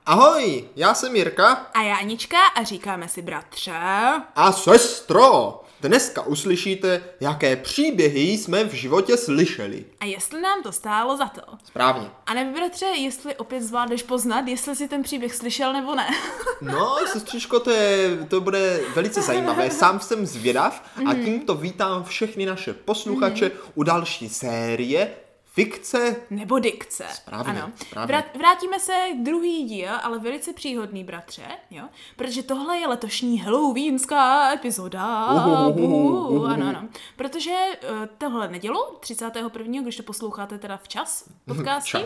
Ahoj, já jsem Jirka. A já Anička a říkáme si bratře. A sestro, dneska uslyšíte, jaké příběhy jsme v životě slyšeli. A jestli nám to stálo za to. Správně. A nebo bratře, jestli opět zvládneš poznat, jestli si ten příběh slyšel nebo ne. No, sestřičko, to bude velice zajímavé. Sám jsem zvědav a tímto vítám všechny naše posluchače u další série Fikce nebo dikce. Správně, ano. správně. Vrátíme se druhý díl, ale velice příhodný, bratře, jo? Protože tohle je letošní halloweenská epizoda. Ano. Protože tohle nedělu, 31., když to posloucháte teda včas, podcastík,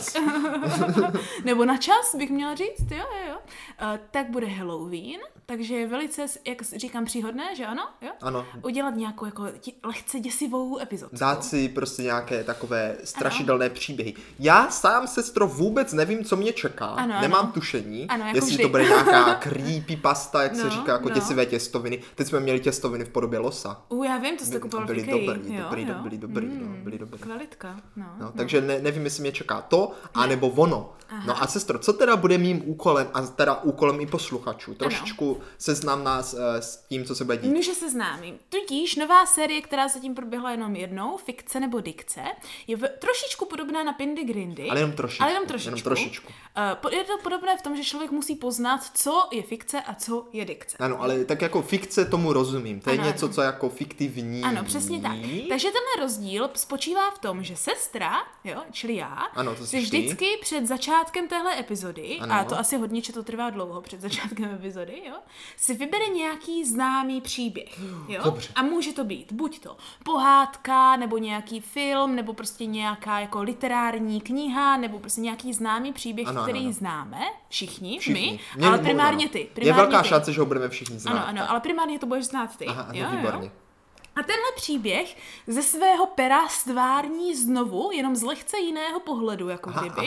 nebo na čas, bych měla říct, jo. Tak bude Halloween, takže je velice, jak říkám, příhodné, že ano? Jo? Ano. Udělat nějakou jako lehce děsivou epizodu. Dát si prostě nějaké takové strašidelné příběhy. Já sám, sestro, vůbec nevím, co mě čeká. Nemám tušení, jako jestli vždy. to bude nějaká creepypasta, jak se říká, jako děsivé těstoviny. Teď jsme měli těstoviny v podobě losa. Já vím, to jste kupoval v Byli Ikei. byli dobrý. Kvalitka, No, takže nevím, jestli mě čeká to, anebo ono. Aha. No a sestro, co teda bude mým úkolem, a teda úkolem i posluchačů? Trošičku seznam nás s tím, co se bude dít. Že seznámím. Tudíž nová série, která zatím proběhla jenom jednou, Fikce nebo dikce, je trošičku podobná na Pindy Grindy. Ale jenom trošičku. Je to podobné v tom, že člověk musí poznat, co je fikce a co je dikce. Ano, ale tak jako fikce tomu rozumím. To je něco, co je jako fiktivní. Ano, přesně tak. Takže tenhle rozdíl spočívá v tom, že sestra, jo, čili já, si vždycky před začátkem téhle epizody, a to asi hodně, že to trvá dlouho před začátkem epizody, jo, si vybere nějaký známý příběh, jo. Dobře. A může to být buď to pohádka, nebo nějaký film, nebo prostě nějaká jako literární kniha, nebo prostě nějaký známý příběh, který známe, všichni. My, ale primárně ty. Je velká šance, že ho budeme všichni znát. Ano, ale primárně to budeš znát ty. Výborně. A tenhle příběh ze svého pera stvární znovu, jenom z lehce jiného pohledu, jako kdyby.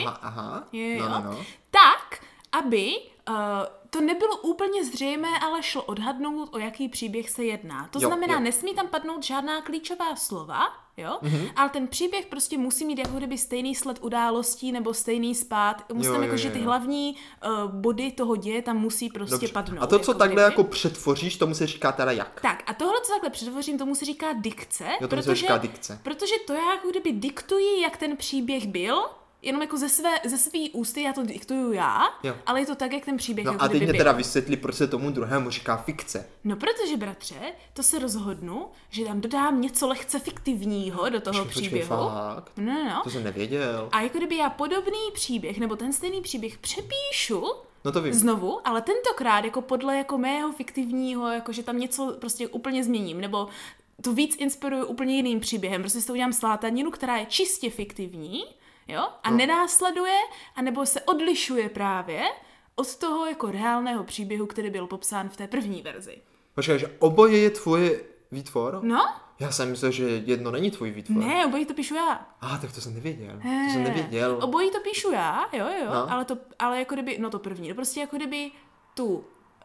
No. Tak, aby to nebylo úplně zřejmé, ale šlo odhadnout, o jaký příběh se jedná. To znamená, nesmí tam padnout žádná klíčová slova, jo? Ale ten příběh prostě musí mít jako kdyby stejný sled událostí nebo stejný spád. Že ty hlavní body toho děje tam musí prostě padnout. A to, co takhle jako přetvoříš, tomu se říká teda jak? Tak, a tohle, co takhle přetvořím, tomu se říká dikce. Protože to já jako kdyby diktuji, jak ten příběh byl, jenom jako ze svý ústy, já to diktuju já, ale je to tak, jak ten příběh jako a teď mě teda vysvětlí, proč se tomu druhému říká fikce. No, protože, bratře, to se rozhodnu, že tam dodám něco lehce fiktivního do toho příběhu. Fakt? No. To jsem nevěděl. A jako kdyby já podobný příběh, nebo ten stejný příběh přepíšu to vím. Znovu, ale tentokrát jako podle jako mého fiktivního, jako že tam něco prostě úplně změním, nebo to víc inspiruju úplně jiným příběhem. Prostě si to udělám slátaninu, která je čistě fiktivní, jo, a nenásleduje, anebo se odlišuje právě od toho jako reálného příběhu, který byl popsán v té první verzi. Počkej, že oboje je tvoje výtvor? No. Já jsem myslel, že jedno není tvůj výtvor. Ne, obojí to píšu já. Tak to jsem nevěděl. Obojí to píšu já, jo, ale jako kdyby, to první, prostě jako kdyby tu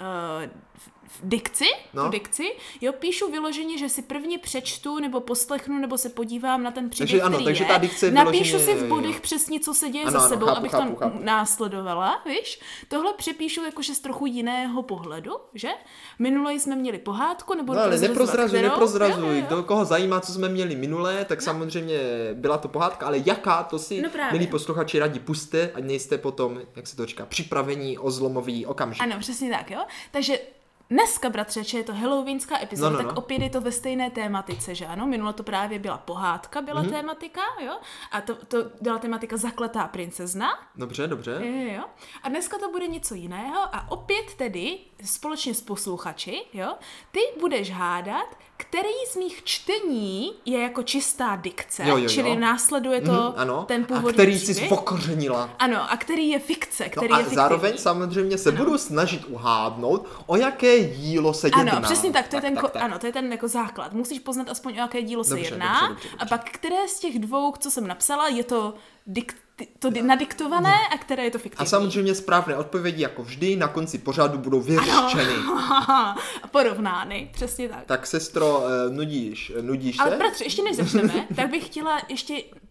dikci, píšu vyloženě, že si prvně přečtu, nebo poslechnu, nebo se podívám na ten příběh, takže ta dikce je napíšu si v bodech přesně, co se děje za sebou, abych chápu. následovala, víš? Tohle přepíšu jakože z trochu jiného pohledu, že? Minule jsme měli pohádku, nebo ale neprozrazuj. Kdo koho zajímá, co jsme měli minulé, tak samozřejmě byla to pohádka, ale jaká, to si, milí posluchači, rádi puste, ať nejste potom, jak se to říká, připravení o zlomový okamžik. Ano, přesně tak, jo? Takže dneska, bratře, je to halloweenská epizoda, tak opět je to ve stejné tématice, že ano? Minule to právě byla pohádka, byla tématika, jo? A to byla tématika Zakletá princezna. Dobře. Jo. A dneska to bude něco jiného a opět tedy společně s posluchači, jo? Ty budeš hádat, který z mých čtení je jako čistá dikce, čili následuje to ten původní a který příběh. jsi zpokořenila. Ano, a který je fikce, který je fiktivní. Zároveň samozřejmě se budu snažit uhádnout, o jaké dílo se jedná. Ano, přesně tak, to je ten jako základ. Musíš poznat aspoň, o jaké dílo se jedná. Dobře. A pak které z těch dvou, co jsem napsala, je to nadiktované a které je to fiktivní. A samozřejmě správné odpovědi, jako vždy, na konci pořadu budou vyřčeny. A porovnány, přesně tak. Tak, sestro, nudíš se? Ale bratře, ještě než začneme, tak bych chtěla ještě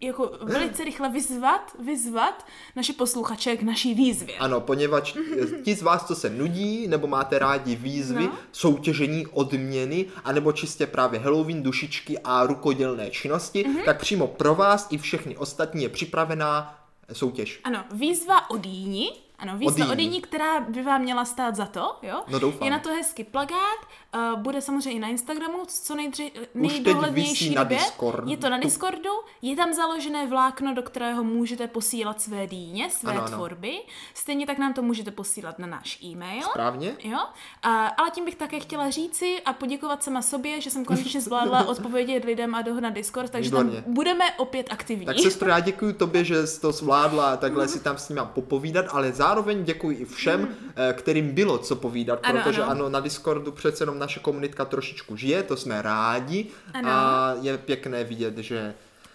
jako velice rychle vyzvat naše posluchače k naší výzvě. Ano, poněvadž ti z vás, co se nudí, nebo máte rádi výzvy, soutěžení, odměny, anebo čistě právě Halloween, dušičky a rukodělné činnosti, tak přímo pro vás i všechny ostatní je připravená soutěž. Ano, výzva o dýni. Ano, výzva o dýni, která by vám měla stát za to, jo? No doufám. Je na to hezky plakát, bude samozřejmě i na Instagramu, co nejdohlednější době. Je to na Discordu, je tam založené vlákno, do kterého můžete posílat své dýně, své tvorby. Stejně tak nám to můžete posílat na náš e-mail. Správně. Jo? Ale tím bych také chtěla říci a poděkovat sama sobě, že jsem konečně zvládla odpovědět lidem a dohnat Discord, takže tam budeme opět aktivní. Tak sestro, já děkuji tobě, že jsi to zvládla takhle si tam s ním popovídat, ale zároveň děkuji i všem, kterým bylo co povídat, protože ano, na Discordu přece jenom naše komunitka trošičku žije, to jsme rádi a je pěkné vidět, že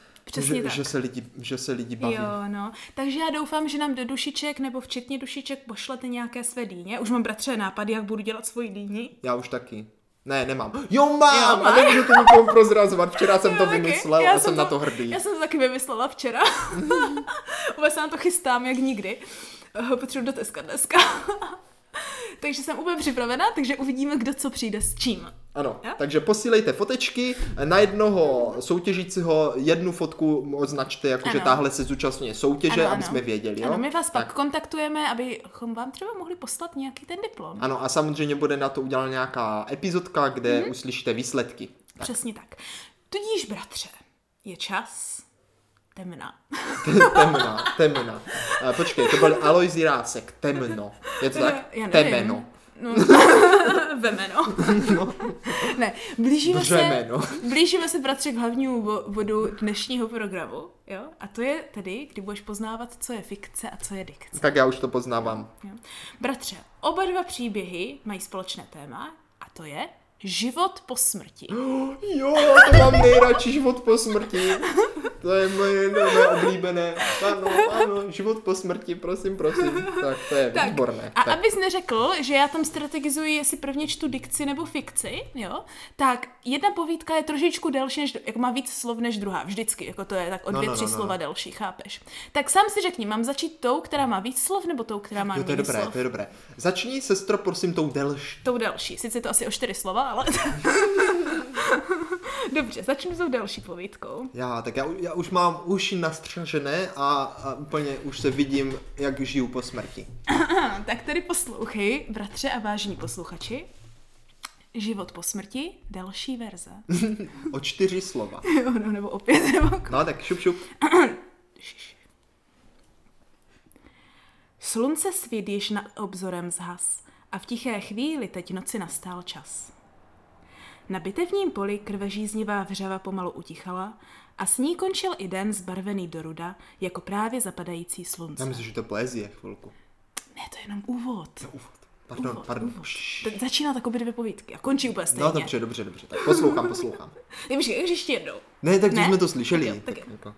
se lidi baví. Jo, no. Takže já doufám, že nám do dušiček nebo včetně dušiček pošlete nějaké své dýně. Už mám, bratře, nápady, jak budu dělat svoji dýni. Já už taky. Ne, nemám. Jo, mám! A nemůžu to nikomu prozrazovat. Včera jsem to vymyslel a jsem na to hrdý. Já jsem to taky vymyslela včera. Vůbec se na to chystám, jak nikdy. Potřebuji do Teska dneska. Takže jsem úplně připravená, takže uvidíme, kdo co přijde s čím. Ano, takže posílejte fotečky, na jednoho soutěžícího jednu fotku označte, jakože táhle se zúčastňuje soutěže, aby jsme věděli. Jo? Ano, my vás pak kontaktujeme, abychom vám třeba mohli poslat nějaký ten diplom. Ano, a samozřejmě bude na to udělána nějaká epizodka, kde uslyšíte výsledky. Tak. Přesně tak. Tudíž, bratře, je čas temna. Temna. Počkej, to byl Alojzí Rásek, temno. Je to tak? Temeno. No. Vemeno. No. Ne, blížíme se, bratře, k hlavnímu bodu dnešního programu, jo? A to je tedy, kdy budeš poznávat, co je fikce a co je dikce. Tak já už to poznávám. Jo. Bratře, oba dva příběhy mají společné téma a to je život po smrti. Jo, to mám nejradši, život po smrti. To je moje oblíbené. Ano, život po smrti, prosím. Tak to je výborné. A abys neřekl, že já tam strategizuji, jestli prvně čtu dikci nebo fikci, jo, tak jedna povídka je trošičku delší, než, jako má víc slov než druhá, vždycky, jako to je tak o 2-3 slova delší, chápeš? Tak sám si řekni, mám začít tou, která má víc slov, nebo tou, která má méně slov? To je dobré. Začni, sestro, prosím, tou delší. Tou delší, sice to asi o 4 slova, ale... Dobře, začnu tou další povídkou. Tak já už mám uši nastřažené a úplně už se vidím, jak žiju po smrti. Tak tedy poslouchej, bratře a vážení posluchači. Život po smrti, další verze. O 4 slova. Jo, nebo o 5. No tak šup. Slunce svít již nad obzorem zhas a v tiché chvíli teď noci nastal čas. Na bitevním poli krvežíznivá vřava pomalu utichala a s ní končil i den zbarvený do ruda, jako právě zapadající slunce. Já myslím, že to poezie chvilku. Ne, to je jenom úvod. Pardon. Začíná takové 2 povídky a končí úplně stejně. No dobře. Tak poslouchám. Takže ještě jednou. Ne, tak jsme to slyšeli. Jako.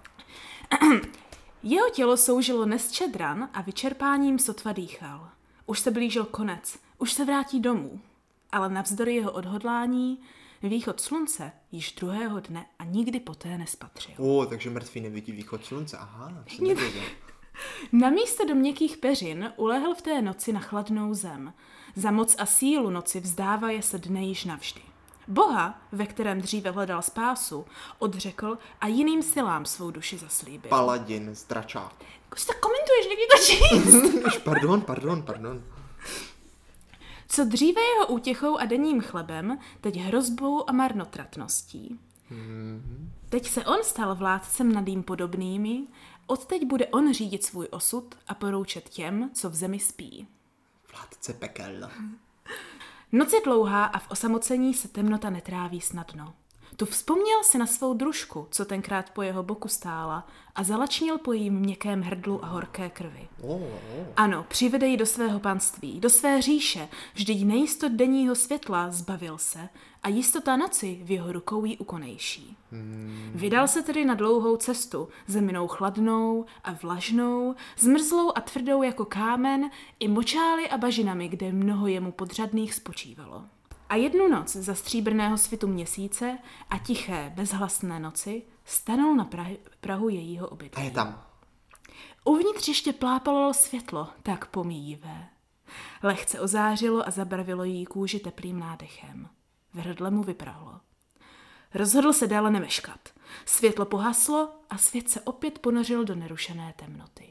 Jeho tělo soužilo nesčet ran a vyčerpáním sotva dýchal. Už se blížil konec, už se vrátí domů. Ale navzdory jeho odhodlání východ slunce již druhého dne a nikdy poté nespatřil. Takže mrtvý nevidí východ slunce, aha. Na místo do měkkých peřin ulehl v té noci na chladnou zem. Za moc a sílu noci vzdávaje se dne již navždy. Boha, ve kterém dříve hledal spásu, odřekl a jiným silám svou duši zaslíbil. Paladin z dračáku. Už tak komentuješ, někdy to číst. Pardon. Co dříve jeho útěchou a denním chlebem, teď hrozbou a marnotratností. Teď se on stal vládcem nad jím podobnými, odteď bude on řídit svůj osud a poroučet těm, co v zemi spí. Vládce pekel. Noc je dlouhá a v osamocení se temnota netráví snadno. Tu vzpomněl si na svou družku, co tenkrát po jeho boku stála a zalačnil po jím měkkém hrdlu a horké krvi. Ano, přivede ji do svého panství, do své říše, vždyť nejistot denního světla zbavil se a jistota noci v jeho rukou jí ukonejší. Vydal se tedy na dlouhou cestu, zeminou chladnou a vlažnou, zmrzlou a tvrdou jako kámen, i močály a bažinami, kde mnoho jemu podřadných spočívalo. A jednu noc za stříbrného svitu měsíce a tiché, bezhlasné noci stanul na prahu jejího obydlí. A je tam. Uvnitř ještě plápalo světlo, tak pomíjivé. Lehce ozářilo a zabarvilo jí kůži teplým nádechem. V hrdle mu vyprahlo. Rozhodl se dále nemeškat. Světlo pohaslo a svět se opět ponořil do nerušené temnoty.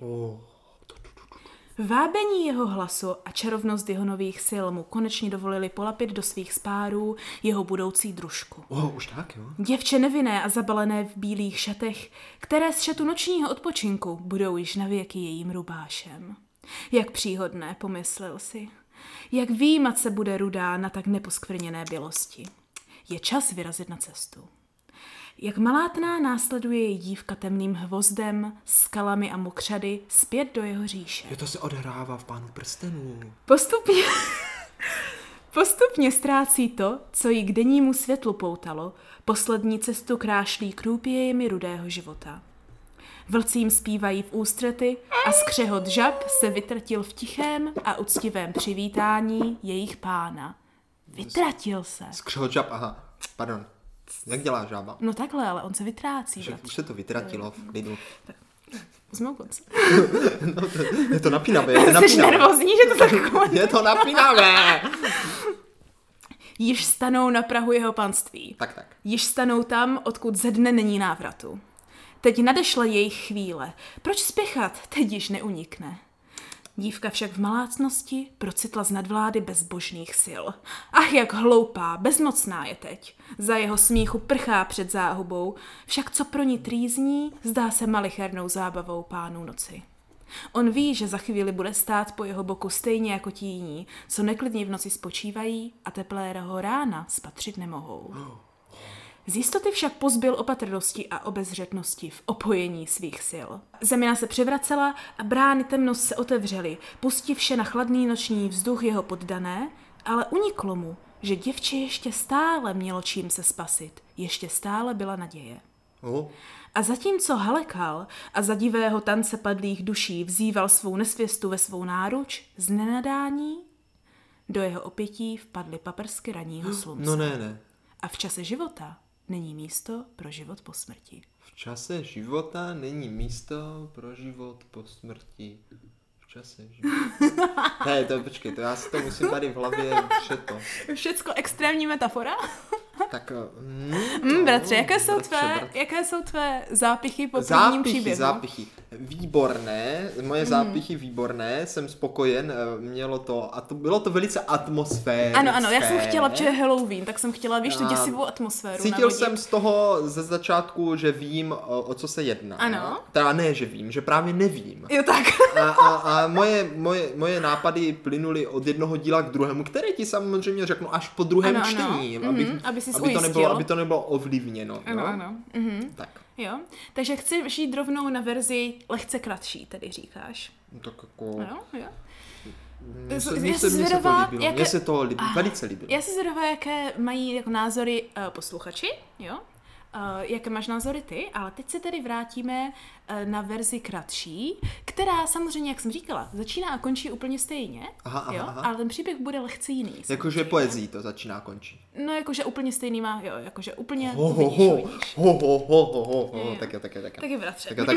Vábení jeho hlasu a čarovnost jeho nových sil mu konečně dovolili polapit do svých spárů jeho budoucí družku. Už tak, jo? Děvče nevinné a zabalené v bílých šatech, které z šatu nočního odpočinku budou již navěky jejím rubášem. Jak příhodné, pomyslel si. Jak výjímat se bude rudá na tak neposkvrněné bělosti. Je čas vyrazit na cestu. Jak malátná následuje její dívka temným hvozdem, skalami a mokřady zpět do jeho říše. Je to se odehrává v Pánu prstenů. Postupně ztrácí to, co jí k dennímu světlu poutalo, poslední cestu krášlí krůpějemi rudého života. Vlci jim zpívají v ústrety a skřehot žab se vytratil v tichém a uctivém přivítání jejich pána. Vytratil se. Skřehot žab, aha, pardon. Jak dělá žába? No takhle, ale on se vytrácí. Už se to vytratilo v klidu. Znovu konce. No, je to napínavé. Jsi nervózní, že to tak konce. Je to napínavé. Již stanou na prahu jeho panství. Tak. Již stanou tam, odkud ze dne není návratu. Teď nadešla jejich chvíle. Proč spěchat? Teď již neunikne. Dívka však v malácnosti procitla z nadvlády bezbožných sil. Ach, jak hloupá, bezmocná je teď. Za jeho smíchu prchá před záhubou, však co pro ní trýzní, zdá se malichernou zábavou pánů noci. On ví, že za chvíli bude stát po jeho boku stejně jako ti jiní, co neklidně v noci spočívají a teplého rána spatřit nemohou. Z jistoty však pozbyl opatrnosti a obezřetnosti v opojení svých sil. Zemina se převracela a brány temnost se otevřely, pustivše na chladný noční vzduch jeho poddané, ale uniklo mu, že děvče ještě stále mělo čím se spasit, ještě stále byla naděje. A zatímco halekal a za divého tance padlých duší vzýval svou nesvěstu ve svou náruč, z nenadání do jeho opětí vpadly paprsky ranního slunce. No ne. A v čase života není místo pro život po smrti. V čase života není místo pro život po smrti. V čase života. Počkej, to já si to musím tady v hlavě to. Všecko extrémní metafora? Tak, bratře, jaké jsou tvé zápichy po prvním příběhu? Zápichy. Výborné, moje zápichy výborné, jsem spokojen, mělo to, a to bylo to velice atmosférické. Ano, já jsem chtěla, protože je Halloween, tak jsem chtěla, víš, tu děsivou atmosféru cítil navodit. Jsem z toho ze začátku, že vím, o co se jedná. Ano. Teda ne, že vím, že právě nevím. Jo, tak. A moje nápady plynuly od jednoho díla k druhému, které ti samozřejmě řeknu až po druhém čtení, aby to nebylo ovlivněno. Ano. Mhm. Tak. Jo, takže chci žít rovnou na verzi lehce kratší, tedy říkáš. Tak jako... Jo. Mně se to velice líbilo. Já si zvědavá, jaké mají jako názory posluchači, jo? Jaké máš názory ty, ale teď se tedy vrátíme na verzi kratší, která samozřejmě, jak jsem říkala, začíná a končí úplně stejně, aha. Ale ten příběh bude lehce jiný. Jakože poezí to začíná a končí. No, jakože úplně stejný má, jo, jakože úplně vidíš. Tak jo. Taky bratře. Tak.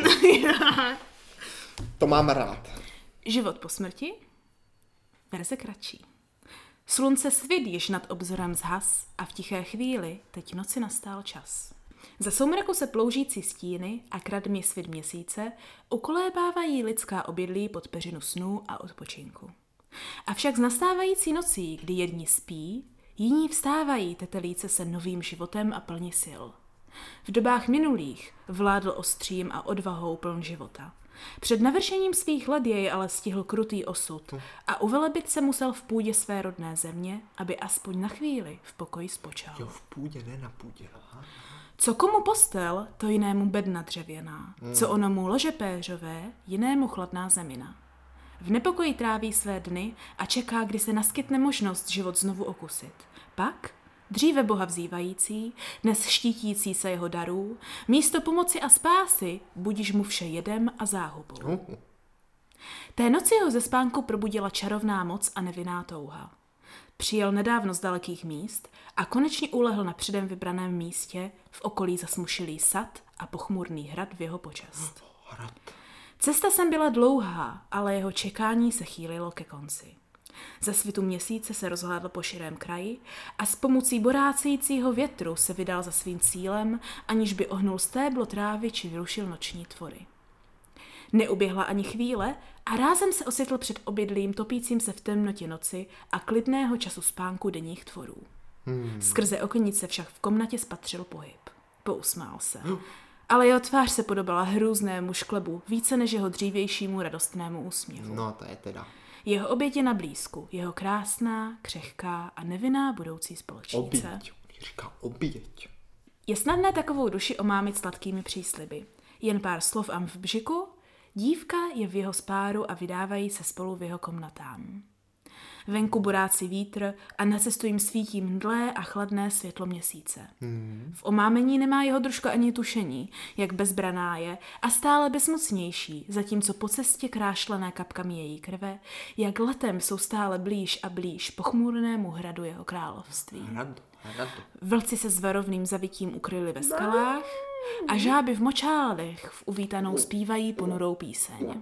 To mám rád. Život po smrti? Verze kratší. Slunce svit již nad obzorem zhas a v tiché chvíli teď noci nastal čas. Za soumraku se ploužící stíny a kradmi svit měsíce ukolébávají lidská obydlí pod peřinu snů a odpočinku. Avšak z nastávající nocí, kdy jedni spí, jiní vstávají tetelíce se novým životem a plni sil. V dobách minulých vládl ostřím a odvahou pln života. Před navršením svých let jej ale stihl krutý osud a uvelebit se musel v půdě své rodné země, aby aspoň na chvíli v pokoji spočal. Jo, v půdě, ne na půdě. Aha. Co komu postel, to jinému bedna dřevěná. Co onomu lože péřové, jinému chladná zemina. V nepokoji tráví své dny a čeká, kdy se naskytne možnost život znovu okusit. Pak, dříve Boha vzývající, dnes štítící se jeho darů, místo pomoci a spásy budíš mu vše jedem a záhubou. Té noci ho ze spánku probudila čarovná moc a nevinná touha. Přijel nedávno z dalekých míst a konečně ulehl na předem vybraném místě, v okolí zasmušilý sad a pochmurný hrad v jeho počest. Cesta sem byla dlouhá, ale jeho čekání se chýlilo ke konci. Za svitu měsíce se rozhlédl po širém kraji a s pomocí borácejícího větru se vydal za svým cílem, aniž by ohnul stéblo trávy či vyrušil noční tvory. Neuběhla ani chvíle a rázem se ocitl před obydlím topícím se v temnotě noci a klidného času spánku denních tvorů. Skrze okenice však v komnatě spatřil pohyb. Pousmál se. Ale jeho tvář se podobala hrůznému šklebu více než jeho dřívějšímu radostnému úsměvu. No, to je teda. Jeho oběť je na blízku, jeho krásná, křehká a nevinná budoucí společnice. Oběť, říká oběť. Je snadné takovou duši omámit sladkými přísliby. Jen pár slov a v bžiku, dívka je v jeho spáru a vydávají se spolu v jeho komnatám. Venku borácí vítr a na cestu jim svítí mdlé a chladné světlo měsíce. V omámení nemá jeho družka ani tušení, jak bezbraná je a stále bezmocnější, zatímco po cestě krášlené kapkami její krve, jak letem jsou stále blíž a blíž pochmurnému hradu jeho království. Hradu. Vlci se s varovným zavitím ukryli ve skalách a žáby v močálech v uvítanou zpívají ponurou píseň.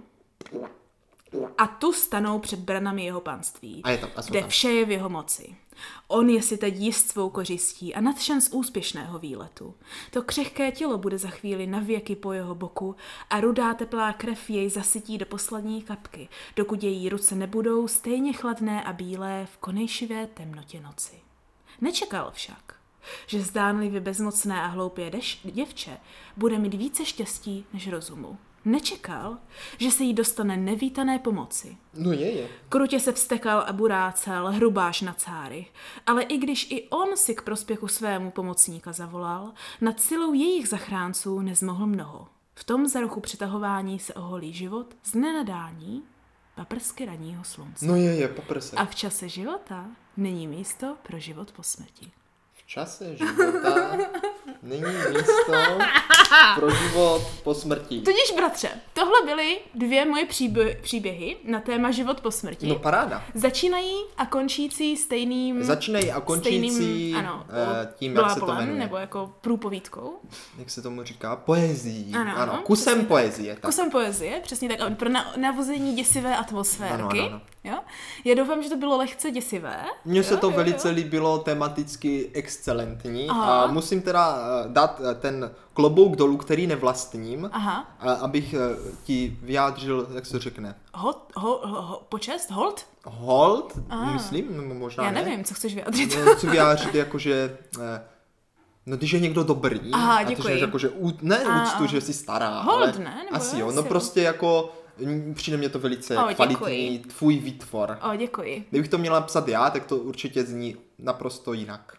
A tu stanou před branami jeho panství, kde vše je v jeho moci. On je si teď jist svou kořistí a nadšen z úspěšného výletu. To křehké tělo bude za chvíli navěky po jeho boku a rudá teplá krev jej zasytí do poslední kapky, dokud její ruce nebudou stejně chladné a bílé v konejšivé temnotě noci. Nečekal však, že zdánlivě bezmocné a hloupé děvče bude mít více štěstí než rozumu. Nečekal, že se jí dostane nevítané pomoci. No je. Krutě se vztekal a burácel, hrubáš na cáry. Ale i když i on si k prospěchu svému pomocníka zavolal, nad silou jejich zachránců nezmohl mnoho. V tom zaruchu přitahování se oholí život z nenadání paprsky ranního slunce. No je, paprsky. A v čase života není místo pro život po smrti. V čase života není místo pro život po smrti. Tudíž, bratře, tohle byly 2 moje příběhy na téma život po smrti. No paráda. Začínají a končící stejným... Tím, jak se to jmenuje. Nebo jako průpovídkou. Jak se tomu říká? Poezí. Ano, kusem poezie. Tak. Kusem poezie, přesně tak. Pro navození děsivé atmosférky. Ano. Jo? Já doufám, že to bylo lehce děsivé. Mně se to velice líbilo, tematicky excelentní. A musím teda dát ten klobouk dolů, který nevlastním, abych ti vyjádřil, jak se řekne. Počest? Hold? Hold, myslím, nebo možná já nevím, co chceš vyjádřit. Chci vyjádřit jakože... No, když je někdo dobrý, a ty říkáš jakože úctu, že jsi stará, hold, ale ne? Nebo asi jo, no prostě jako přijde mě to velice kvalitní tvůj výtvor. Děkuji. Kdybych to měla psat já, tak to určitě zní naprosto jinak.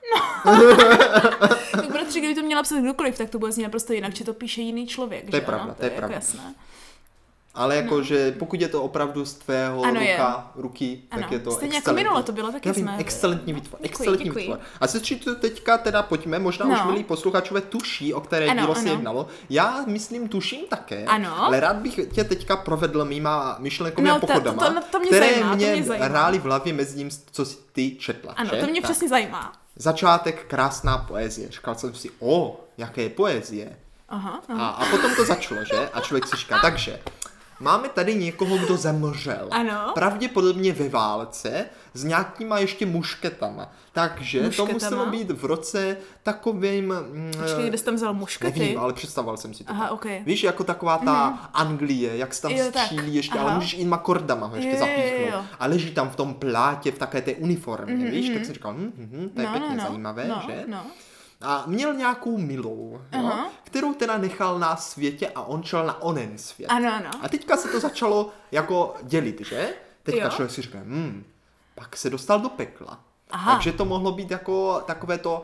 Tak bratře, kdyby to měla psat kdokoliv, tak to bude znít naprosto jinak, že to píše jiný člověk. To je pravda, to je pravda. Jasné. Ale jakože pokud je to opravdu z tvého ruky, tak je to stejně jako minule to bylo, taky jsme. Excelentní výtvor, excelentní výtvor. A sestři, teďka teda pojďme, možná už milí posluchačové tuší, o které dílo se jednalo. Já myslím, tuším také, ale rád bych tě teďka provedl mýma myšlenkovými pochodama, které mě hrály v hlavě mezi tím, co jsi ty četla. Ano, to mě přesně zajímá. Začátek, krásná poezie. Říkal jsem si, jaké je poezie. A potom to začalo, že? A člověk si říká, takže... Máme tady někoho, kdo zemřel. Ano. Pravděpodobně ve válce s nějakýma ještě mušketama. Takže to muselo být v roce takovým... Počkej, kde jsi tam vzal muškety? Nevím, ale představoval jsem si to. Okay. Víš, jako taková ta Anglie, jak se tam střílí ještě, ale můžeš jinýma kordama ho ještě zapíchnout. A leží tam v tom plátě, v také té uniformě, víš? Tak jsem říkal, to je pěkně zajímavé, že? A měl nějakou milou, kterou teda nechal na světě a on šel na onen svět. Ano. A teďka se to začalo jako dělit, že? Teďka člověk si říká, pak se dostal do pekla. Takže to mohlo být jako takové to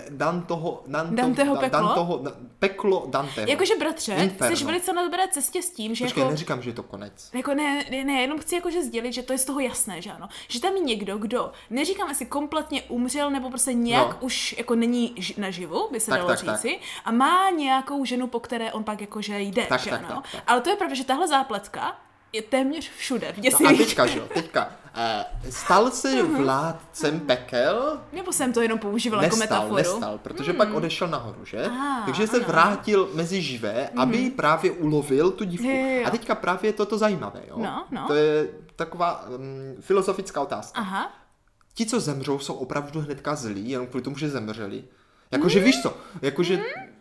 Danteho peklo Danteho. Jakože bratře, jsi velice na dobré cestě s tím, že Počkej, neříkám, že je to konec. Jako ne, jenom chci jakože sdělit, že to je z toho jasné, že ano. Že tam je někdo, kdo, neříkám, jestli kompletně umřel, nebo prostě nějak už jako není naživu, by se dalo říci, a má nějakou ženu, po které on pak jakože jde, že ano. Ale to je pravda, že tahle zápletka je téměř všude v děsivých. A teďka. Stal se vládcem pekel? Nebo jsem to jenom používal jako metaforu? Nestal, protože pak odešel nahoru, že? Takže se vrátil mezi živé, aby právě ulovil tu dívku. A teďka právě je toto zajímavé, jo? To je taková filozofická otázka. Aha. Ti, co zemřou, jsou opravdu hnedka zlí, jenom kvůli tomu, že zemřeli. Jakože víš co, jakože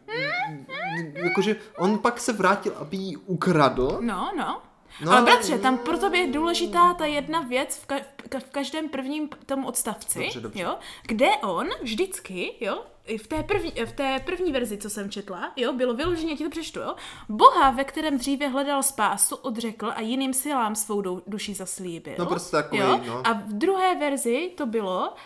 on pak se vrátil, aby ji ukradl. No, ale bratře, tam pro tebe je důležitá ta jedna věc v každém prvním tomu odstavci, dobře. Jo, kde on vždycky, jo, v té první verzi, co jsem četla, jo, bylo vyloženě, ti to přečtu, jo, Boha, ve kterém dříve hledal spásu, odřekl a jiným silám svou duši zaslíbil. No prostě takový, jo? no. A v druhé verzi to bylo...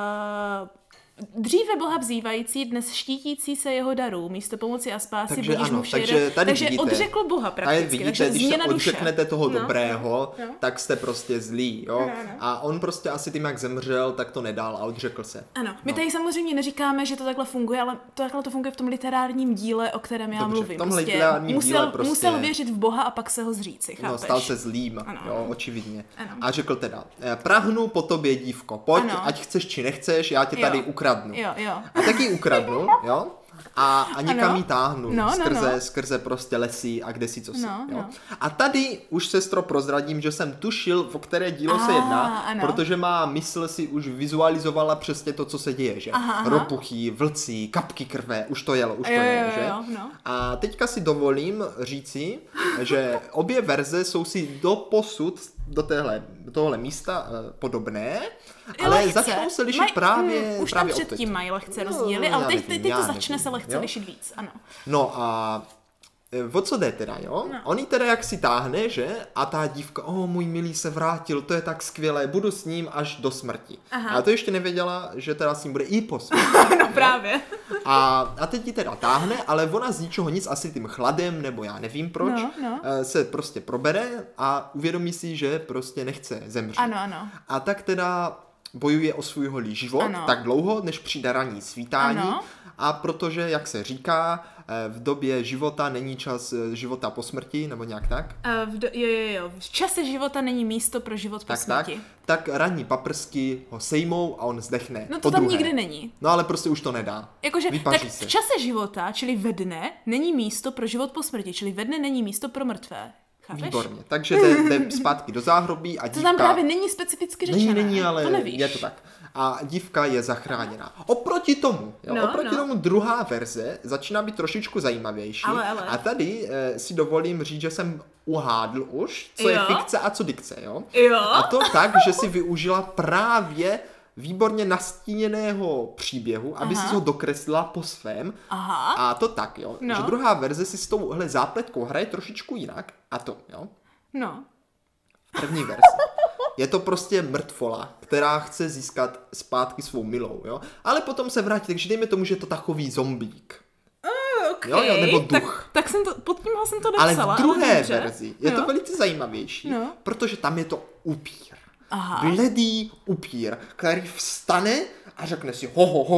dříve Boha vzývající, dnes štítící se jeho darů, místo pomoci a spásy, budíš mu vše. Takže vidíte, odřekl Boha prakticky. Vidíte, takže když se odřeknete toho dobrého, tak jste prostě zlí, jo. No. A on prostě asi tím, jak zemřel, tak to nedal a odřekl se. Ano, my tady samozřejmě neříkáme, že to takhle funguje, ale takhle to funguje v tom literárním díle, o kterém já mluvím. V tom literárním díle prostě... Musel věřit v Boha a pak se ho zříci, chápeš? No, stal se zlým, jo, očividně. Ano. A řekl teda, prahnu po tobě, dívko, pojď, ať chceš či nechceš, já tě tady ukradnu. Jo. A tak ji ukradnu, jo? A někam ji táhnu skrze prostě lesy a kdesi co si. Jo? A tady už, sestro, prozradím, že jsem tušil, o které dílo se jedná, protože má mysl si už vizualizovala přesně to, co se děje, že? Ropuchy, vlci, kapky krve, už to jelo, že? No. A teďka si dovolím říci, že obě verze jsou si doposud do tohle místa podobné, ale začnou se lišit právě už tam předtím mají lehce rozdíly, ale teď to začne se lehce lišit víc, ano. No a o co jde teda, jo? No. On jí teda jak si táhne, že? A ta dívka, můj milý se vrátil, to je tak skvělé, budu s ním až do smrti. A to ještě nevěděla, že teda s ním bude i po smrti. No právě. A teď ji teda táhne, ale ona z ničeho nic, asi tím chladem, nebo já nevím proč, se prostě probere a uvědomí si, že prostě nechce zemřít. Ano. A tak teda bojuje o svůj holý život tak dlouho, než přijde ranní svítání. A protože, jak se říká, v době života není čas života po smrti, nebo nějak tak? V čase života není místo pro život po smrti. Tak ranní paprsky ho sejmou a on zdechne. No to tam nikdy není. No ale prostě už to nedá. Tak v čase života, čili ve dne, není místo pro život po smrti, čili ve dne není místo pro mrtvé. Chápeš? Výborně. Takže jde zpátky do záhrobí a dívka... To tam právě není specificky řečené. Není, ale to nevíš. Je to tak. A dívka je zachráněná. Oproti tomu druhá verze začíná být trošičku zajímavější. Ale. A tady si dovolím říct, že jsem uhádl už, co je fikce a co dikce, jo? A to tak, že si využila právě výborně nastíněného příběhu, aby si ho dokreslila po svém. A to tak, jo, že druhá verze si s touhle zápletkou hraje trošičku jinak. A to, jo. No. První verze. Je to prostě mrtvola, která chce získat zpátky svou milou, jo. Ale potom se vrátí, takže dejme tomu, že je to takový zombík. Okay. Jo, nebo duch. Tak pod tímhle jsem to dopsala. Ale v druhé verzi je to velice zajímavější, protože tam je to upír. Bledý upír, který vstane a řekne si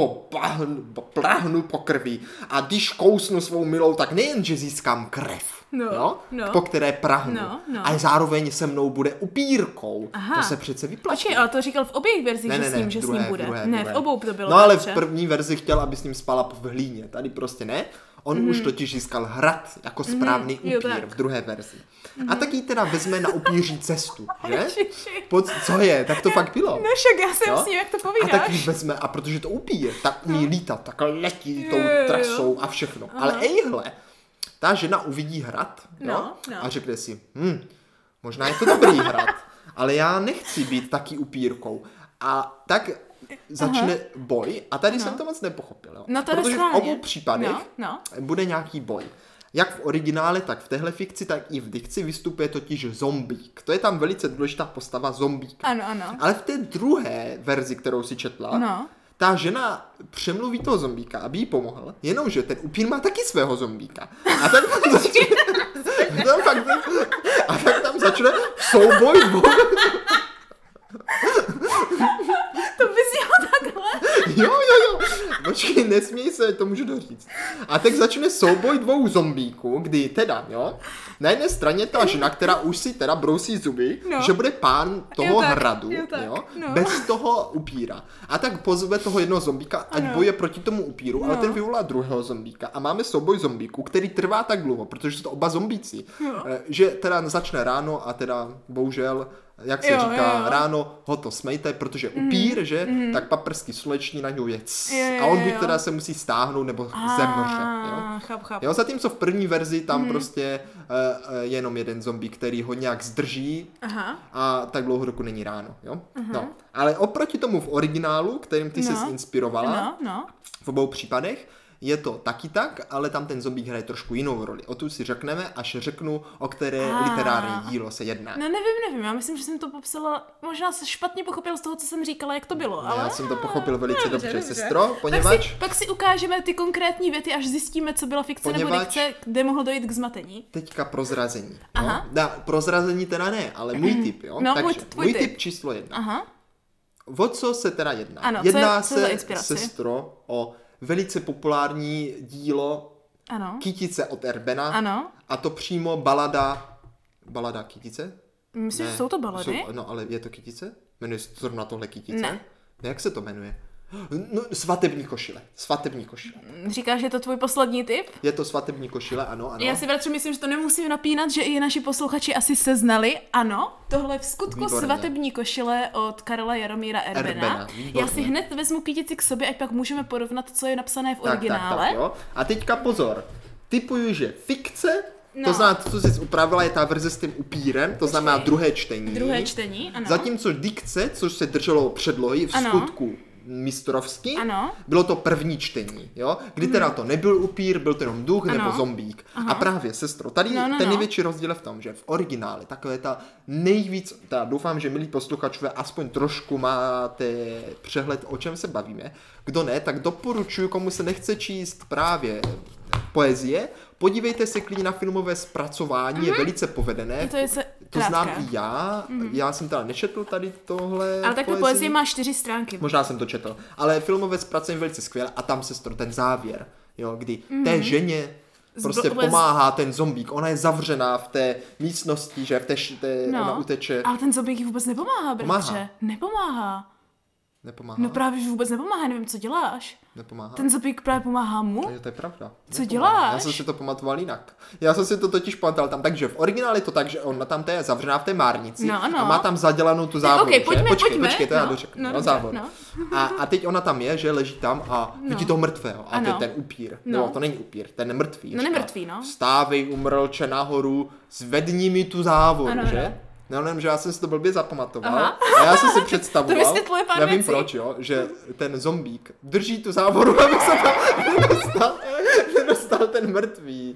pláhnu po krvi a když kousnu svou milou, tak nejen, že získám krev, po které prahnu, ale zároveň se mnou bude upírkou. To se přece vyplatí. Počkej, ale to říkal v obou verzích, že s ním, že s ním bude. V obou to bylo. No ale v první verzi chtěl, aby s ním spala v hlíně, tady prostě ne. On už totiž získal hrad jako správný upír v druhé verzi. A tak jí teda vezme na upíří cestu, že? Co je? Tak to fakt bylo. No však já si myslím, jak to povídáš. A tak jí vezme, a protože to upír, tak umí lítat, tak letí tou trasou a všechno. Ale ejhle, ta žena uvidí hrad a řekne si, možná je to dobrý hrad, ale já nechci být taky upírkou. A tak začne boj a tady jsem to moc nepochopil. Jo? Protože v obou případech bude nějaký boj. Jak v originále, tak v téhle fikci, tak i v dikci vystupuje totiž zombík. To je tam velice důležitá postava zombíka. Ano. Ale v té druhé verzi, kterou si četla, ta žena přemluví toho zombíka, aby jí pomohl, jenomže ten upír má taky svého zombíka. A tak tam začne souboj dvou. To bys měl takhle. Jo. Počkej, nesměj se, to můžu doříct. A tak začne souboj dvou zombíků, kdy teda, Na jedné straně ta žena, která už si teda brousí zuby, že bude pán toho hradu, bez toho upíra. A tak pozve toho jednoho zombíka, ať boje proti tomu upíru, ale ten vyvolá druhého zombíka. A máme souboj zombíků, který trvá tak dlouho, protože jsou to oba zombíci, že teda začne ráno a teda bohužel, jak se říká, ráno ho to smejte, protože upír, že, tak paprsky sluneční na něj jec. A on buď teda se musí stáhnout, nebo zemře. Jo, zatímco v první verzi tam prostě je jenom jeden zombie, který ho nějak zdrží a tak dlouho dokud není ráno. Jo? No. Ale oproti tomu v originálu, kterým ty ses inspirovala, v obou případech, je to taky tak, ale tam ten zombík hraje trošku jinou roli. O tu si řekneme, až řeknu, o které literární dílo se jedná. No nevím, já myslím, že jsem to popsala, možná se špatně pochopil z toho, co jsem říkala, jak to bylo, ale... Já jsem to pochopil velice dobře, sestro, poněvadž... Pak si ukážeme ty konkrétní věty, až zjistíme, co byla fikce nebo dikce, kde mohlo dojít k zmatení. Teďka prozrazení. Prozrazení teda ne, ale můj tip, jo? No, takže můj tip číslo 1. O co se teda jedná? Jedná se, sestro, o velice populární dílo Kytice od Erbena. A to přímo balada Kytice? Myslím, že jsou to balady? No, ale je to Kytice? Jmenuje se to zrovna tohle Kytice? Ne. Jak se to jmenuje? No, svatební košile. Říkáš, že je to tvůj poslední tip? Je to svatební košile, ano. Já si bratře myslím, že to nemusím napínat, že i naši posluchači asi seznali. Ano, tohle je v skutku výborně. Svatební košile od Karla Jaromíra Erbena. Já si hned vezmu Kytici k sobě, ať pak můžeme porovnat, co je napsané v originále. Tak, jo. A teďka pozor. Tipuju, že fikce, to znamená, co jsi upravila, je ta verze s tím upírem, to znamená druhé čtení. Ano. Zatímco dikce, což se drželo předlohy, v skutku mistrovsky, bylo to první čtení, jo? Kdy teda to nebyl upír, byl to jenom duch nebo zombík. A právě, sestro, tady ten největší rozdíl je v tom, že v originále takové ta nejvíc, doufám, že milí posluchačové aspoň trošku máte přehled, o čem se bavíme. Kdo ne, tak doporučuji, komu se nechce číst právě poezie, podívejte se klidně na filmové zpracování, je velice povedené. To znám i já. Já jsem teda nečetl tady tohle. Ale tak poezie má 4 stránky. Možná jsem to četl. Ale filmové zpracování je velice skvělé a tam se ten závěr, jo, kdy té ženě prostě pomáhá ten zombík. Ona je zavřená v té místnosti, že ona uteče. Ale ten zombík jí vůbec nepomáhá, bratře. Nepomáhá. No právě, že vůbec nepomáhá, nevím, co děláš. Nepomáhá. Ten zombík právě pomáhá mu? To je pravda. Co děláš? Já jsem si to pamatoval jinak. Já jsem si to totiž pamatoval tam, takže v originále je to tak, že ona tam je zavřená v té márnici a má tam zadělanou tu závoru. Počkej, to já dořeknu. Závoru. A teď ona tam je, že leží tam a vidí toho mrtvého. A to je ten upír. No, to není upír, ten mrtvý. No nemrtvý, Vstávej, umrlče nahoru, zvedni mi tu závoru, že? No, že já jsem si to blbě zapamatoval. A já jsem si představoval, nevím proč, jo, že ten zombík drží tu závoru, aby se tam nedostal ten mrtvý.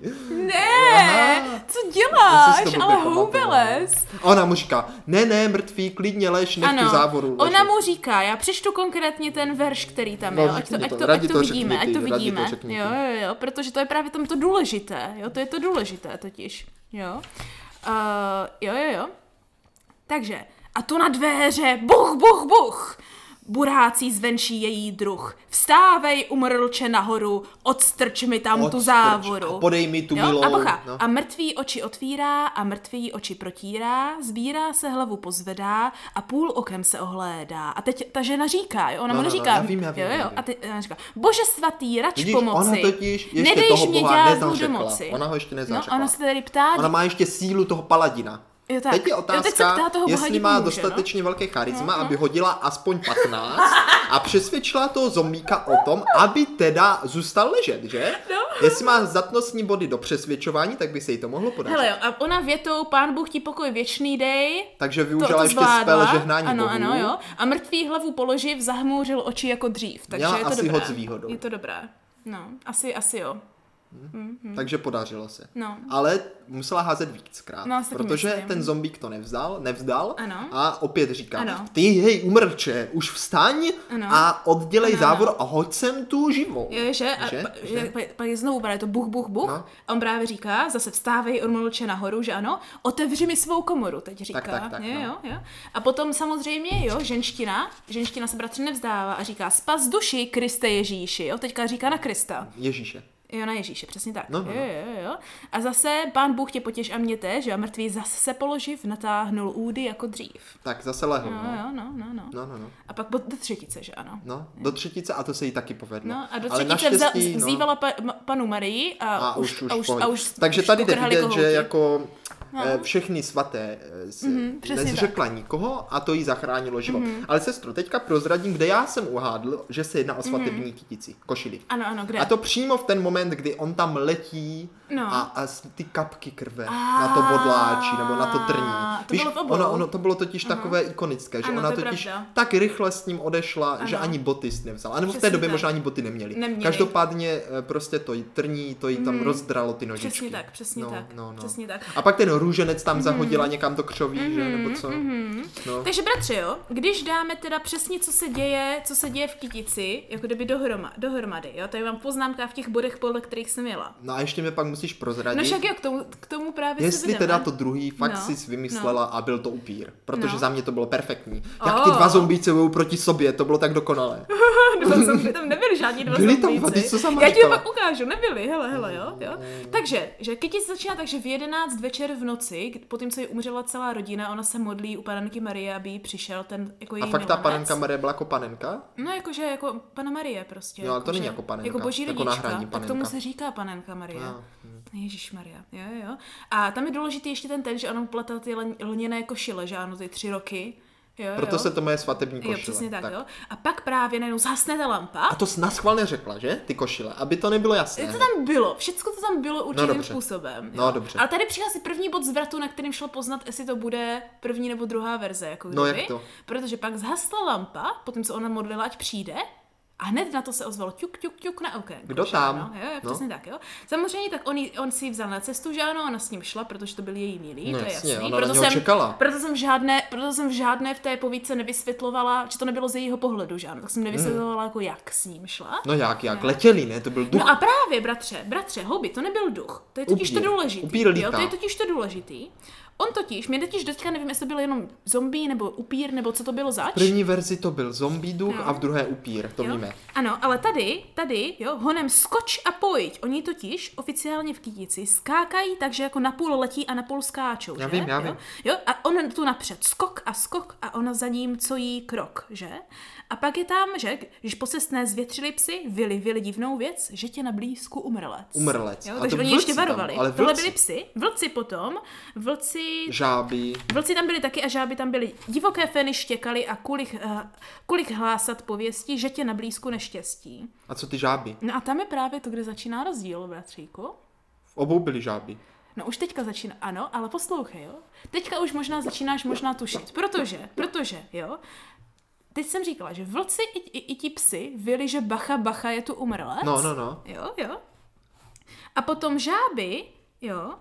Ne, co děláš, ale houbeles. A ona mu říká, ne, mrtvý, klidně lež, nech tu závoru ležet. Ona mu říká, já přečtu konkrétně ten verš, který tam je, ať to vidíme. Jo, protože to je právě tam to důležité, jo, to je to důležité totiž, jo. Jo. Takže, a tu na dveře, buch, burácí zvenčí její druh. Vstávej, umrlče nahoru, odstrč mi tam tu závoru. A podej mi tu milou. A mrtvý oči otvírá a mrtvý oči protírá, sbírá se hlavu pozvedá a půl okem se ohlédá. A teď ta žena říká, jo, ona mu neříká. Já vím. A teď ona říká, bože svatý, rač vidíš, pomoci. Ona totiž ještě nedejš toho mě ďáblu do moci. Ona ho ještě nezařekla. Ona se tady ptá. Ona má ještě sílu toho paladina. Jo, tak. Teď je otázka, jestli má pomůže, dostatečně velké charisma, aby hodila aspoň 15 a přesvědčila toho zombíka o tom, aby teda zůstal ležet, že? Jestli má zdatnostní body do přesvědčování, tak by se jí to mohlo podařit. Hele jo, a ona větou, Pán Bůh ti pokoj věčný dej. Takže využila ještě spell žehnání bohů. Ano, jo. A mrtvý hlavu položiv, zahmouřil oči jako dřív. Takže měla je to asi dobré. Hod s výhodou. Je to dobré. No, asi jo. Takže podařilo se. No. Ale musela házet víckrát, protože ten zombík to nevzdal a opět říká, ty hej umrče, už vstaň a oddělej závor a hoď sem tu živou. Že? Pak je znovu právě to buch. A on právě říká, zase vstávej, umrlče nahoru, že ano, otevři mi svou komoru, teď říká. Tak, jo. A potom samozřejmě, jo, ženština se bratře nevzdává a říká, spas duši Kriste Ježíši, jo, teďka říká na Krista. Ježíše. Jo, na Ježíše, přesně tak. No. Jo. A zase Pán Bůh tě potěš a mě též, a mrtvý zase se položiv, natáhnul údy jako dřív. Tak zase lehl. No. A pak do třetice, že ano. No, do třetice a to se jí taky povedlo. No a do třetice vzývala panu Marii a už takže tady jde vidět, že jako všechny svaté nezřekla nikoho a to jí zachránilo život. Ale sestro, teďka prozradím, kde já jsem uhádl, že se jedná o svatební kytici, košili. Ano, kde? A to přímo v ten moment, kdy on tam letí a ty kapky krve na to bodláčí nebo na to trní. To bylo ono to bylo totiž takové ikonické, že ona totiž tak rychle s ním odešla, že ani boty nevzala. A nebo v té době možná ani boty neměli. Každopádně prostě to jí trní, to jí tam rozdralo ty nožičky. Přesně tak. A pak ten růženec tam zahodila někam do křoví, že nebo co. No. Takže bratře, jo, když dáme teda přesně, co se děje v kytici, jako kdyby dohromady, jo, tady mám poznámka v těch bodech, podle kterých jsem jela. No a ještě mě pak musíš prozradit. No však jo, k tomu právě jestli teda to druhý fakt si vymyslela a byl to upír, protože za mě to bylo perfektní. Jak ty dva zombíci budou proti sobě, to bylo tak dokonalé. Tam nebyli žádní dva zombíci. Já ti to pak ukážu, nebyli, hele, jo. Takže, že kytic začíná tak, že v 11 večer v noci, potom co jí umřela celá rodina, ona se modlí u panenky Marie, aby jí přišel ten jako její milenec. A fakt ta panenka Marie byla jako panenka? No jakože jako Panna Marie prostě. Jo, ale to není jako panenka. Jako boží jako rodička, tak tomu se říká panenka Marie. Ježišmarja, jo. A tam je důležitý ještě ten, že ona pletla ty lněné košile, že ano, ty 3 roky. Jo. Proto se to moje svatební košile. Jo, přesně tak, jo. A pak právě najednou zhasne ta lampa. A to naschvál neřekla, že? Ty košile, aby to nebylo jasné. To tam bylo, všecko to tam bylo určitým způsobem. No dobře. Ale tady přichází první bod zvratu, na kterým šlo poznat, jestli to bude první nebo druhá verze. Jako no jak to? Protože pak zhasla lampa, potom co ona modlila, ať přijde. A hned na to se ozvalo ťuk na oké. Kdo tam? No, jo, přesně tak, jo. Samozřejmě tak on si ji vzal na cestu, že ano, ona s ním šla, protože to byl její milý, no, to je jasný. Ona na něho čekala. Proto jsem v žádné v té povídce nevysvětlovala, že to nebylo z jejího pohledu, že ano, tak jsem nevysvětlovala, jako jak s ním šla. No jak, letěli, ne, to byl duch. No a právě, bratře, hobby, to nebyl duch, to je totiž to důležitý. Jo, to je totiž to důležitý. Mě totiž teďka nevím, jestli to byl jenom zombie nebo upír, nebo co to bylo zač. V první verzi to byl zombie duch a v druhé upír, to víme. Ano, ale tady, jo, honem skoč a pojď. Oni totiž oficiálně v kytici skákají, takže jako napůl letí a napůl skáčou, já vím. Jo, a on tu napřed skok a ona za ním cojí krok, že? A pak je tam, že když posestné zvětřili psy, vyli divnou věc, že tě na blízku umrlec. Jo, takže oni ještě varovali. Tohle byli psy, vlci, žáby. Vlci tam byli taky a žáby tam byly. Divoké feny štěkaly a kulich hlásat pověsti, že tě na blízku neštěstí. A co ty žáby? No a tam je právě to, kde začíná rozdíl, bratříku. V obou byly žáby. No už teďka začíná, ano, ale poslouchej, jo. Teďka už začínáš tušit, protože, jo. Teď jsem říkala, že vlci i ti psi vyli, že bacha, je tu umrlec. No. Jo. A potom žáby, jo.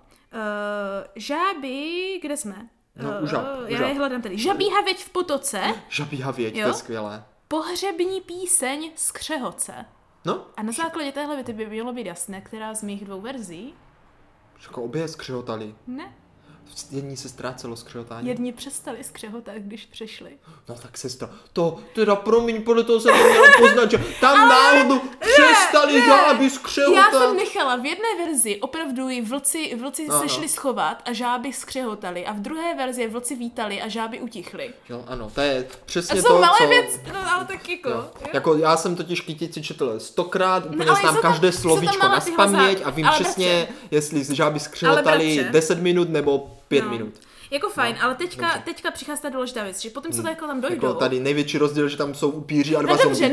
Žáby, kde jsme? U žáb. Já je hledám tady. Žabí havěť v potoce. Žabí havěť, to je skvělé. Pohřební píseň z křehoce. No. A na základě téhle věty by mělo být jasné, která z mých 2 verzí. Jako obě skřehotali. Ne. Jedni se ztrácelo skřehotání. Jedni přestali skřehotat, když přešli. No tak sestra, to teda promiň, podle toho jsem neměla poznat, že tam náhodou přestali žáby skřehotat. Já jsem nechala v jedné verzi opravdu vlci se šli schovat a žáby skřehotali a v druhé verzi vlci vítali a žáby utichly. Jo, ano, to je přesně to, co... malé věci, no ale tak jako... Jo. Jako já jsem totiž kytici četl 100krát, úplně znám každé slovíčko nazpaměť a vím přesně, jestli žáby skřehotali 10 minut nebo 5 minut. Jako fajn, ale teďka přichází ta důležitá věc, že potom, co jako tam dojdou... Jako tady největší rozdíl, že tam jsou upíři a 2 zombíci.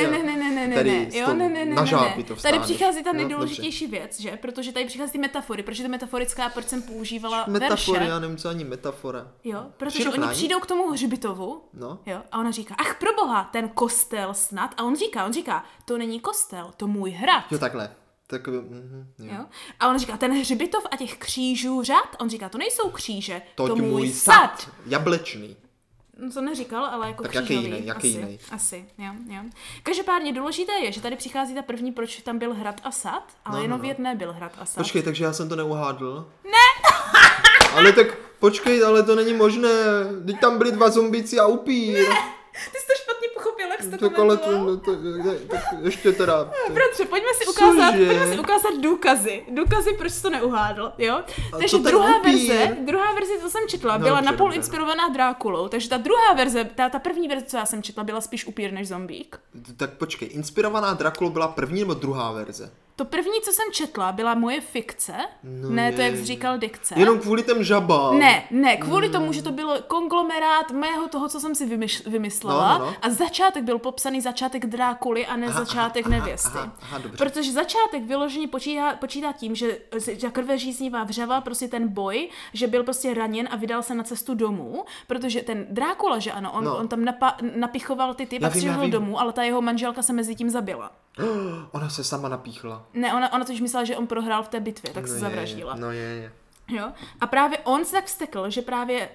Ne. Na žáby to vstane. Tady přichází ta nejdůležitější věc, že? Protože tady přichází ty metafory, protože to metaforická, proč jsem používala metafory, verše. Já nevím, co ani metafora. Jo, protože oni přijdou k tomu hřbitovu, jo, a ona říká, ach proboha, ten kostel snad, a on říká, to není kostel, to můj hrad. Jo, takhle. Tak, jo. A on říká, ten hřbitov a těch křížů řad, on říká, to nejsou kříže, to můj sad. Jablečný. No to neříkal, ale jako tak křížový. Jaký jiný? Asi, jo. Každopádně důležité je, že tady přichází ta první, proč tam byl hrad a sad, ale jenom v jedné byl hrad a sad. Počkej, takže já jsem to neuhádl? Ne! Ale tak počkej, ale to není možné. Teď tam byli 2 zombíci a upír. Ne, ty jsi to špatně pochopil, jak se to jmenovalo? Tak ještě teda... Bratře, pojďme si ukázat důkazy. Důkazy, proč jsi to neuhádl, jo? Takže druhá verze, co jsem četla, byla napůl inspirovaná Drákulou, takže ta druhá verze, ta první verze, co já jsem četla, byla spíš upír než zombík. Tak počkej, inspirovaná Drákulou byla první nebo druhá verze? To první, co jsem četla, byla moje fikce, to, jak jsi říkal, dikce. Jenom kvůli těm žabám. Ne, kvůli tomu, že to bylo konglomerát mého toho, co jsem si vymyslela a začátek byl popsaný začátek Drákuly a ne začátek nevěsty. Protože začátek vyloženě počítá tím, že krvežíznivá vřava, prostě ten boj, že byl prostě raněn a vydal se na cestu domů, protože ten Drákula, že ano, on tam napichoval ty typy a přišel domů, ale ta jeho manželka se mezi tím zabila. Ona se sama napíchla. Ne, ona totiž myslela, že on prohrál v té bitvě, tak se zavraždila. Jo? A právě on se tak vztekl, že právě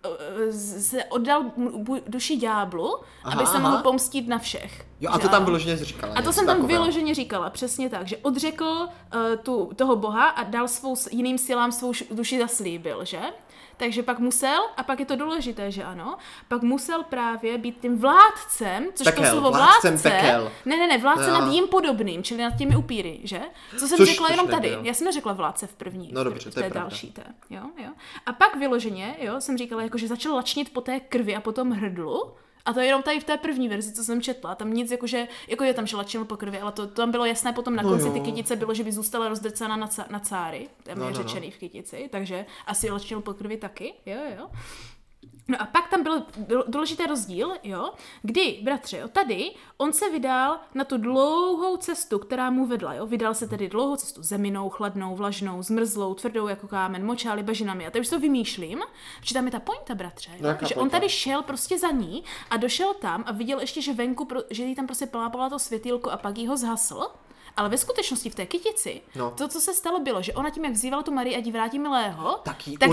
se oddal duši ďáblu, aby se mohl pomstít na všech. Jo, a to tam vyloženě říkala. A to jsem tam vyloženě říkala, přesně tak, že odřekl toho boha a dal jiným silám svou duši zaslíbil, že? Takže pak musel, a pak je to důležité, že ano, pak musel právě být tím vládcem, což to slovo vládce, vládce nad jím podobným, čili nad těmi upíry, že? Co jsem řekla jenom tady, já jsem neřekla vládce v první, dobře, v té další té, jo. A pak vyloženě, jsem říkala, jako, že začal lačnit po té krvi a po tom hrdlu. A to je jenom tady v té první verzi, co jsem četla. Tam nic jakože, jako je tam, že lačil po krvi, ale to tam bylo jasné potom na konci ty kytice bylo, že by zůstala rozdrcána na cáry. Tam je řečený v kytici, takže asi lačil po krvi taky, jo. No a pak tam byl důležitý rozdíl, jo, kdy, bratře, tady on se vydal na tu dlouhou cestu, která mu vedla, jo, vydal se tedy dlouhou cestu zeminou, chladnou, vlažnou, zmrzlou, tvrdou jako kámen, močály, bažinami. A teď už to vymýšlím, protože tam je ta pointa, bratře, jo, že on tady šel prostě za ní a došel tam a viděl ještě, že venku, že jí tam prostě plápala to světýlko a pak jí ho zhasl. Ale ve skutečnosti v té kytici, to, co se stalo, bylo, že ona tím, jak vzývala tu Marii, ať jí vrátí milého, tak ji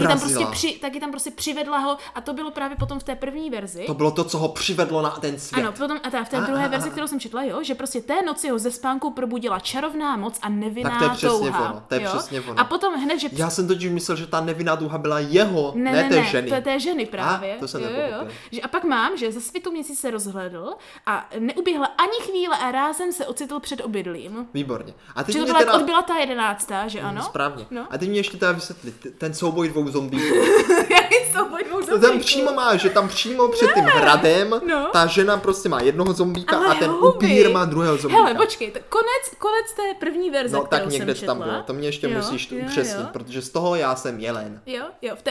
tam prostě přivedla ho a to bylo právě potom v té první verzi. To bylo to, co ho přivedlo na ten svět. Ano, potom v té druhé verzi, kterou jsem četla, že prostě té noci ho ze spánku probudila čarovná moc a nevinná touha. To je přesně ono. A potom hned, že... Já jsem totiž myslel, že ta nevinná touha byla jeho, ne té ženy. To je té ženy právě. To jsem nepochopil. A pak mám, že ze svitu měsíc se rozhlédl a neuběhla ani chvíle a rázem se ocitl před obydlím. Výborně. A teď to byla, teda... odbyla ta 11, že ano? Správně. No. A teď mě ještě teda vysvětlit, ten souboj dvou zombíků. Jaký souboj dvou zombíků? Tam přímo má, že tam přímo před tím hradem ta žena prostě má jednoho zombíka a ten upír má druhého zombíka. Hele, počkej, konec té první verze, no, tak někde tam bylo, to mě ještě musíš upřesnit, protože z toho já jsem jelen. Jo,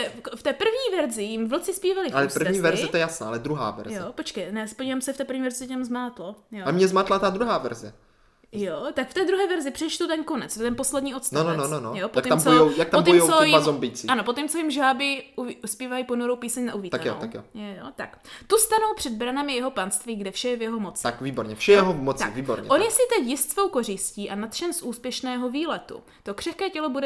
v té první verzi jim vlci zpívali v Ale první verze to je jasná, ale druhá verze. Jo, počkej, podívám se, v té první verzi těm zmátlo. Jo. A mě zmátla ta druhá verze. Jo, tak v té druhé verzi přečtu ten konec, ten poslední odstavec. No. Jo, jak tam bojujou ty dva zombíci. Ano, potom co jim žáby zpívají ponurou píseň na uvítanou. Tak jo. Tak. Tu stanou před branami jeho panství, kde vše je v jeho moci. Tak výborně, vše jeho moci, výborně. On je si teď jist svou kořistí a nadšen z úspěšného výletu. To křehké tělo bude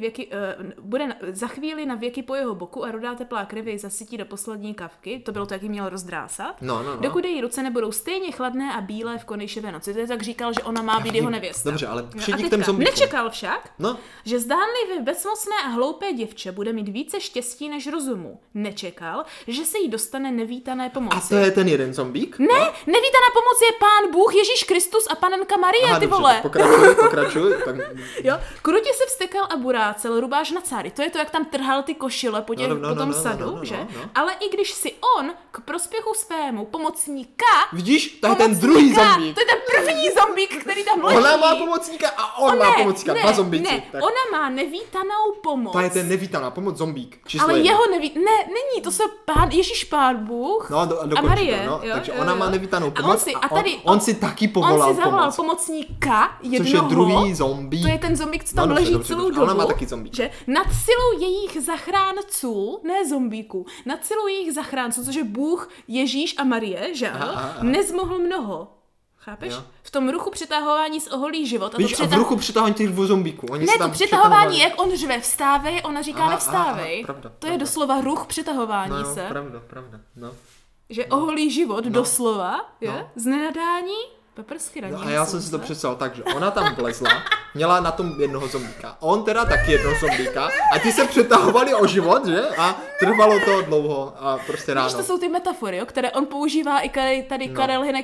za chvíli na věky po jeho boku a rudá teplá krev jej zasytí do poslední kapky. To bylo to, jak jí měl rozdrásat. No. Dokud její ruce nebudou stejně chladné a bílé v konejšové noci. To je tak říkal, že ona má být jeho nevěsta. Dobře, ale přijdi k těm zombíkům. Nečekal však, že zdánlivě bezmocné a hloupé děvče bude mít více štěstí než rozumu. Nečekal, že se jí dostane nevítané pomoci. A to je ten jeden zombík? Ne, nevítaná pomoc je Pán Bůh, Ježíš Kristus a Panenka Marie, ty vole. Pokračuj. Jo, krutě se vztekal a burácel rubáš na cáry. To je to, jak tam trhal ty košile po tom sadu, že? Ale i když si on k prospěchu svému pomocníka... Vidíš, to je ten druhý zombík. To je ten první zombík, který tam leží. Ona má pomocníka a on má pomocníka, dva zombíci. Ne, ona má nevítanou pomoc. To je ten nevítaná pomoc zombík. Ale jeho není, to se Ježíš Pán Bůh a Marie. Takže ona má nevítanou pomoc a on si taky povolal pomoc. On si zavolal pomocníka jednoho. Což je druhý zombík. To je ten zombík, co tam leží celou dobu. Ona má taky zombík. Že? Nad silou jejich zachránců, ne zombíků, nad silou jejich zachránců, což je Bůh, Ježíš a Marie, že ano, nezmohl mnoho. Chápeš? Jo. V tom ruchu přitahování z oholí život. Víš, a v ruchu přitahování těch dvou zombíků. To přitahování, jak on řve vstávej, ona říká nevstávej. To je doslova ruch přitahování se. Pravda. Že oholí život doslova, z nenadání Paprsky radí. No a já jsem si to představil tak, že ona tam vlezla, měla na tom jednoho zombíka, on teda taky jednoho zombíka a ti se přetahovali o život, že? A trvalo to dlouho a prostě ráno. Víš, to jsou ty metafory, jo, které on používá i tady Karel Hynek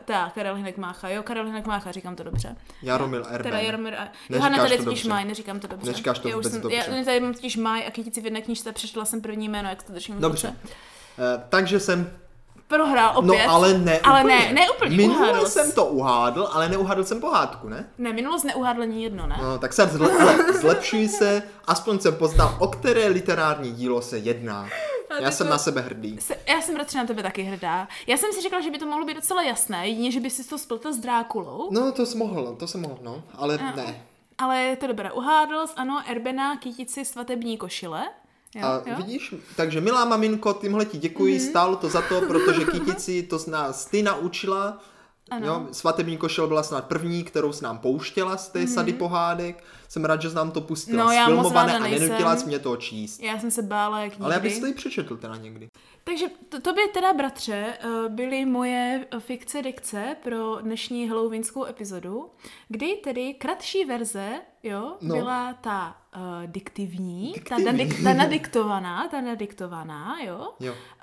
Mácha, říkám to dobře. Jaromír Erben. Johana tady totiž Maj, neříkám to dobře. Neříkáš to vůbec dobře. Já tady mám totiž Maj a Kytici v jedné knížce přečetla jsem první jméno, jak to držím. Dobře. Takže jsem prohrál opět. No ale ne úplně. Minule jsem to uhádl, ale neuhádl jsem pohádku, ne? Ne, minule jsi neuhádl ani jedno, ne? No, tak se zlepšuj se, aspoň jsem poznal, o které literární dílo se jedná. Já jsem na sebe hrdý. Já jsem radši na tebe taky hrdá. Já jsem si řekla, že by to mohlo být docela jasné, jedině, že by si to spletl s Drákulou. No, to jsem mohl, no, ale ne. Ale je to dobré. Uhádl jsi, ano, Erbena, Kytici, svatební košile. Jo. Vidíš, takže milá maminko, tímhle ti děkuji, stálo to za to, protože Kytici to z nás ty naučila. Jo, svatební košile byla snad první, kterou jsi nám pouštěla z té sady pohádek. Jsem rád, že jsi nám to pustila sfilmované a nenutila jsi mě to číst. Já jsem se bála jak nikdy. Ale já bych si to i přečetl teda někdy. Takže tobě teda, bratře, byly moje fikce dikce pro dnešní halloweenskou epizodu, kdy tedy kratší verze, byla ta diktivní, ta nadiktovaná, jo.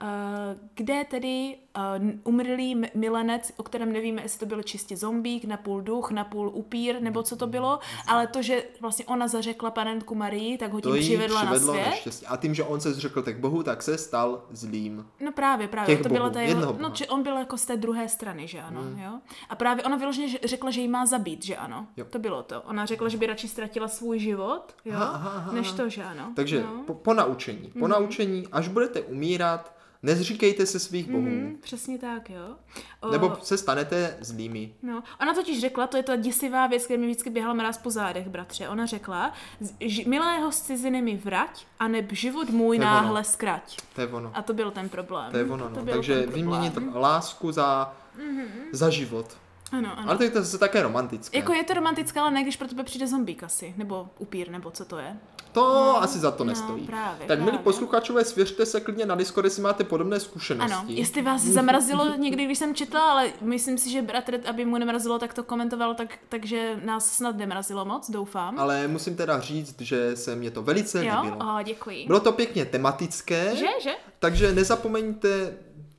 Kde tedy umrlý milenec, o kterém nevíme, jestli to byl čistě zombík, napůl duch, napůl upír, nebo co to bylo, ale to, že vlastně ona zařekla panenku Marii, tak ho tím přivedla na svět. Neštěstí. A tím, že on se zřekl tak Bohu, tak se stal zlým. No právě, to byla ta jeho, on byl jako z té druhé strany, že ano, jo. A právě ona vyloženě řekla, že jí má zabít, že ano. Jo. To bylo to. Ona řekla, že by radši ztratila svůj život, jo, než to, že ano. Takže po naučení, až budete umírat, nezříkejte se svých bohů. Přesně tak, jo. Nebo se stanete zlými. No, ona totiž řekla, to je ta děsivá věc, která mi vždycky běhala mráz po zádech, bratře. Ona řekla, milého z ciziny mi vrať, aneb život můj náhle zkrať. To je ono. A to byl ten problém. To je ono, no. Takže vyměnit lásku za život. Ano. Ale to je zase také romantické. Jako je to romantické, ale ne, když pro tebe přijde zombík asi, nebo upír, nebo co to je. To asi za to nestojí. Právě. Milí posluchačové, svěřte se klidně na Discord, jestli máte podobné zkušenosti. Ano, jestli vás zamrazilo někdy, když jsem četla, ale myslím si, že bratr, aby mu nemrazilo, tak to komentoval, takže nás snad nemrazilo moc, doufám. Ale musím teda říct, že se mě to velice líbilo. Děkuji. Bylo to pěkně tematické. Že? Takže nezapomeňte,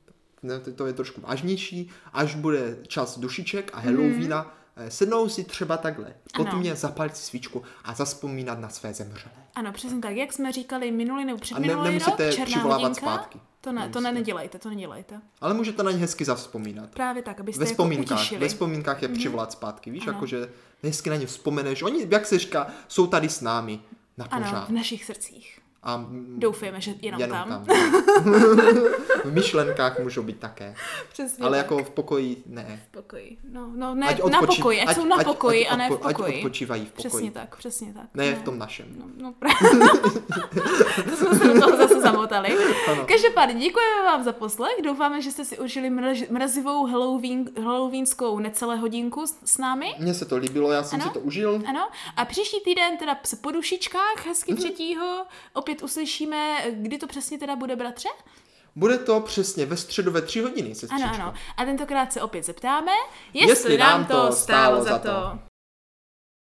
to je trošku vážnější, až bude čas dušiček a Halloweena, sednou si třeba takhle, pod mě zapalit svíčku a zazpomínat na své zemřelé. Ano, přesně tak, jak jsme říkali minulý nebo předminulý rok, černá hodinka, zpátky. To nedělejte. Ale můžete na ně hezky zavzpomínat. Právě tak, abyste jako utěšili. Ve vzpomínkách je přivolat zpátky, víš, jakože hezky na ně vzpomeneš. Oni, jak se říká, jsou tady s námi na pořád. Ano, v našich srdcích. A doufejme, že jenom tam. V myšlenkách můžou být také. Přesně ale tak. jako v pokoji ne. V pokoji. No ne, na pokoji. Ať jsou na pokoji a ne v pokoji. Ať odpočívají v pokoji. Přesně tak. Ne v tom našem. No právě. To jsme se do toho zase zamotali. Každopádně děkujeme vám za poslech. Doufáme, že jste si užili mrazivou halloweenskou necelé hodinku s námi. Mně se to líbilo, já jsem si to užil. Ano. A příští týden teda po dušičkách hezky třetího opět uslyšíme, kdy to přesně teda bude, bratře? Bude to přesně ve středu ve 3 hodiny, sestřičko. Ano. A tentokrát se opět zeptáme, jestli nám to stálo za to.